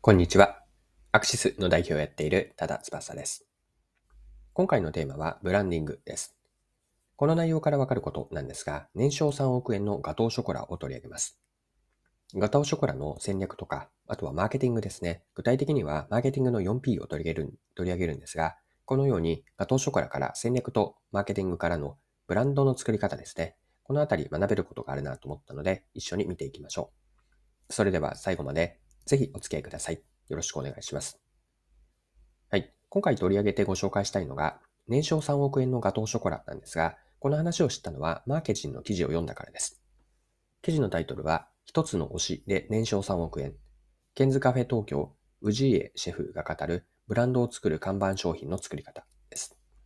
こんにちは。アクシスの代表をやっている多田翼です。今回のテーマはブランディングです。この内容からわかることなんですが、年商3億円のガトーショコラを取り上げます。ガトーショコラの戦略とか、あとはマーケティングですね。具体的にはマーケティングの 4P を取り上げるんですが、このようにガトーショコラから戦略とマーケティングからのブランドの作り方ですね。このあたり学べることがあるなと思ったので、一緒に見ていきましょう。それでは最後までぜひお付き合いください。よろしくお願いします。はい。今回取り上げてご紹介したいのが、年商3億円のガトーショコラなんですが、この話を知ったのはマーケティングの記事を読んだからです。記事のタイトルは、一つの推しで年商3億円。ケンズカフェ東京、氏家シェフが語るブランドを作る看板商品の作り方です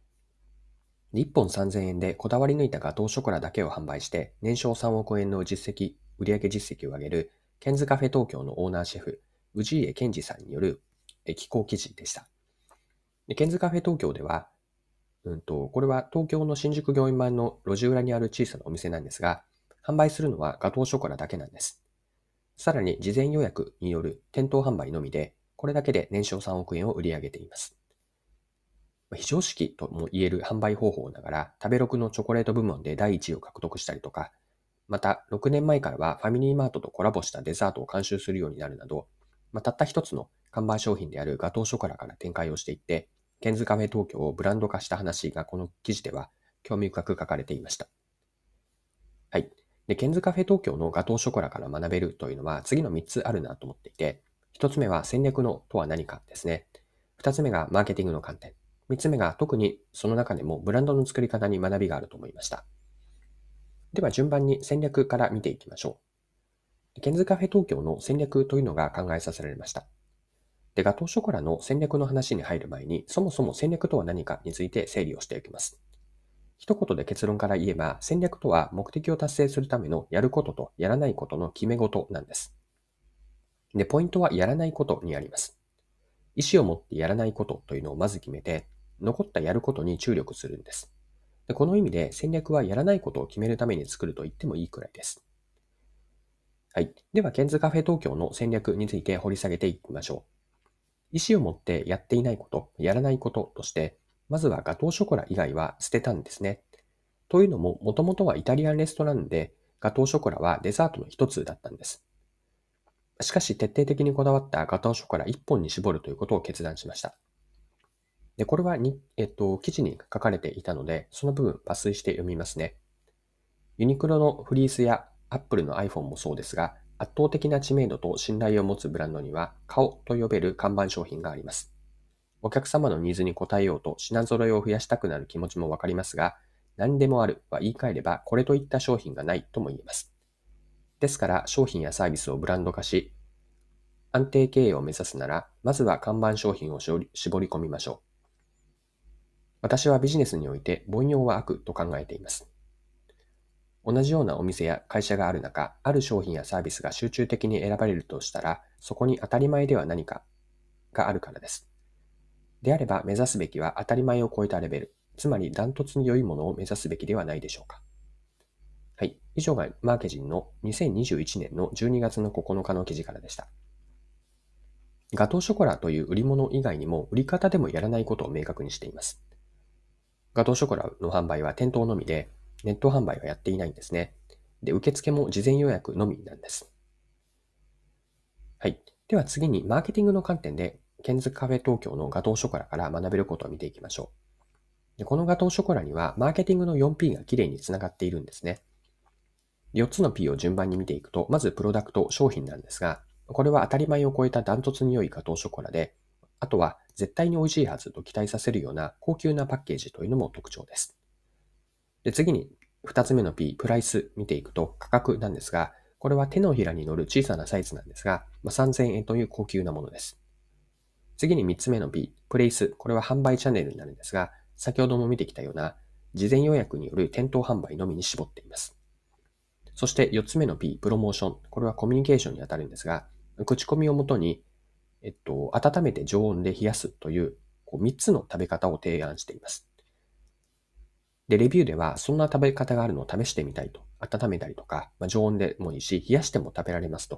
。1本3000円でこだわり抜いたガトーショコラだけを販売して、年商3億円の売上実績を上げる、ケンズカフェ東京のオーナーシェフ、氏家健二さんによる寄稿記事でした。ケンズカフェ東京では、これは東京の新宿御苑前の路地裏にある小さなお店なんですが、販売するのはガトーショコラだけなんです。さらに事前予約による店頭販売のみで、これだけで年商3億円を売り上げています。非常識とも言える販売方法ながら、食べログのチョコレート部門で第1位を獲得したりとか、また6年前からはファミリーマートとコラボしたデザートを監修するようになるなど、たった一つの看板商品であるガトーショコラから展開をしていって、ケンズカフェ東京をブランド化した話がこの記事では興味深く書かれていました。はい。で、ケンズカフェ東京のガトーショコラから学べるというのは次の3つあるなと思っていて、1つ目は戦略のとは何かですね。2つ目がマーケティングの観点。3つ目が特にその中でもブランドの作り方に学びがあると思いました。では順番に戦略から見ていきましょう。ケンズカフェ東京の戦略というのが考えさせられました。で、ガトーショコラの戦略の話に入る前に、そもそも戦略とは何かについて整理をしていきます。一言で結論から言えば、戦略とは目的を達成するためのやることとやらないことの決め事なんです。で、ポイントはやらないことにあります。意思を持ってやらないことというのをまず決めて、残ったやることに注力するんです。で、この意味で戦略はやらないことを決めるために作ると言ってもいいくらいです。はい。では、ケンズカフェ東京の戦略について掘り下げていきましょう。意思を持ってやっていないこと、やらないこととして、まずはガトーショコラ以外は捨てたんですね。というのも、もともとはイタリアンレストランで、ガトーショコラはデザートの一つだったんです。しかし、徹底的にこだわったガトーショコラ一本に絞るということを決断しました。で、これは記事に書かれていたので、その部分抜粋して読みますね。ユニクロのフリースやアップルの iPhone もそうですが、圧倒的な知名度と信頼を持つブランドには、顔と呼べる看板商品があります。お客様のニーズに応えようと品揃えを増やしたくなる気持ちもわかりますが、何でもあるは言い換えればこれといった商品がないとも言えます。ですから商品やサービスをブランド化し、安定経営を目指すなら、まずは看板商品を絞り込みましょう。私はビジネスにおいて凡庸は悪と考えています。同じようなお店や会社がある中、ある商品やサービスが集中的に選ばれるとしたら、そこに当たり前では何かがあるからです。であれば目指すべきは当たり前を超えたレベル、つまりダントツに良いものを目指すべきではないでしょうか。はい。以上がマーケジンの2021年の12月の9日の記事からでした。ガトーショコラという売り物以外にも売り方でもやらないことを明確にしています。ガトーショコラの販売は店頭のみで、ネット販売はやっていないんですね。で、受付も事前予約のみなんです。はい。では次にマーケティングの観点で、ケンズカフェ東京のガトーショコラから学べることを見ていきましょう。でこのガトーショコラにはマーケティングの 4P がきれいにつながっているんですね。4つの P を順番に見ていくと、まずプロダクト、商品なんですが、これは当たり前を超えたダントツに良いガトーショコラで、あとは絶対に美味しいはずと期待させるような高級なパッケージというのも特徴です。で、次に2つ目の P、プライス見ていくと価格なんですが、これは手のひらに乗る小さなサイズなんですが、3000円という高級なものです。次に3つ目の P、プレイス、これは販売チャンネルになるんですが、先ほども見てきたような事前予約による店頭販売のみに絞っています。そして4つ目の P、プロモーション。これはコミュニケーションに当たるんですが、口コミをもとに、温めて常温で冷やすという、3つの食べ方を提案しています。で、レビューでは、そんな食べ方があるのを試してみたいと。温めたりとか、常温でもいいし、冷やしても食べられますと。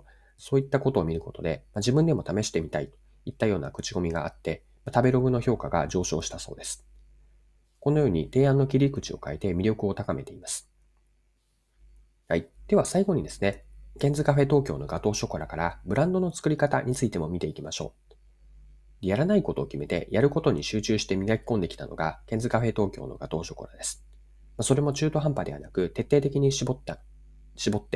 そういったことを見ることで、自分でも試してみたいといったような口コミがあって、食べログの評価が上昇したそうです。このように提案の切り口を変えて魅力を高めています。はい。では最後にですね、ケンズカフェ東京のガトーショコラからブランドの作り方についても見ていきましょう。やらないことを決めて、やることに集中して磨き込んできたのが、ケンズカフェ東京のガトーショコラです。それも中途半端ではなく、徹底的に絞って、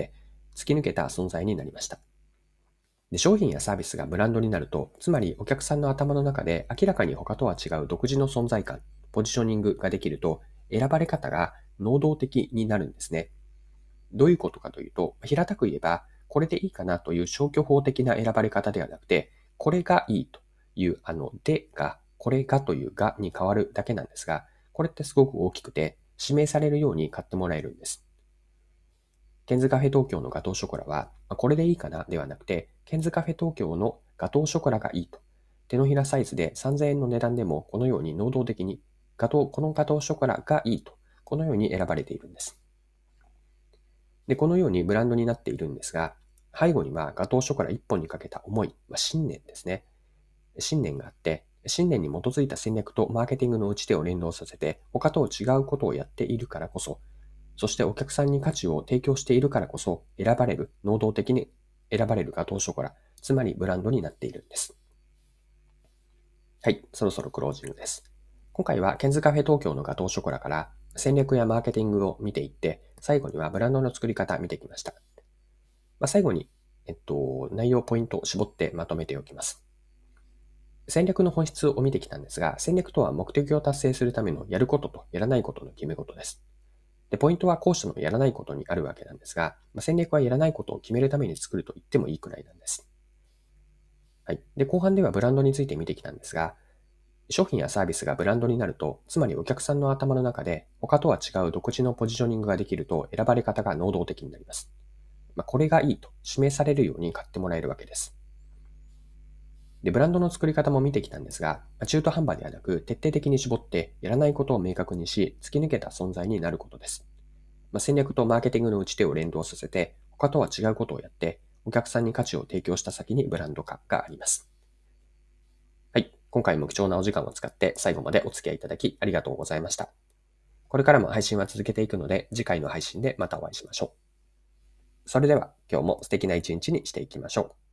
突き抜けた存在になりました。で、商品やサービスがブランドになると、つまりお客さんの頭の中で明らかに他とは違う独自の存在感、ポジショニングができると、選ばれ方が能動的になるんですね。どういうことかというと、平たく言えば、これでいいかなという消去法的な選ばれ方ではなくて、これがいいというでが、これがというがに変わるだけなんですが、これってすごく大きくて、指名されるように買ってもらえるんです。ケンズカフェ東京のガトーショコラは、これでいいかなではなくて、ケンズカフェ東京のガトーショコラがいいと。手のひらサイズで3000円の値段でも、このように能動的に、このガトーショコラがいいと、このように選ばれているんです。で、このようにブランドになっているんですが、背後にはガトーショコラ1本にかけた思い、信念ですね。信念があって、信念に基づいた戦略とマーケティングの打ち手を連動させて、他と違うことをやっているからこそ、そしてお客さんに価値を提供しているからこそ、能動的に選ばれるガトーショコラ、つまりブランドになっているんです。はい、そろそろクロージングです。今回はケンズカフェ東京のガトーショコラから戦略やマーケティングを見ていって、最後にはブランドの作り方見てきました。最後に、内容ポイントを絞ってまとめておきます。戦略の本質を見てきたんですが、戦略とは目的を達成するためのやることとやらないことの決め事です。で、ポイントは後者のやらないことにあるわけなんですが、戦略はやらないことを決めるために作ると言ってもいいくらいなんです。はい。で、後半ではブランドについて見てきたんですが、商品やサービスがブランドになると、つまりお客さんの頭の中で他とは違う独自のポジショニングができると選ばれ方が能動的になります。これがいいと指名されるように買ってもらえるわけです。で、ブランドの作り方も見てきたんですが、中途半端ではなく徹底的に絞ってやらないことを明確にし、突き抜けた存在になることです。戦略とマーケティングの打ち手を連動させて、他とは違うことをやって、お客さんに価値を提供した先にブランド化があります。はい。今回も貴重なお時間を使って最後までお付き合いいただきありがとうございました。これからも配信は続けていくので、次回の配信でまたお会いしましょう。それでは今日も素敵な一日にしていきましょう。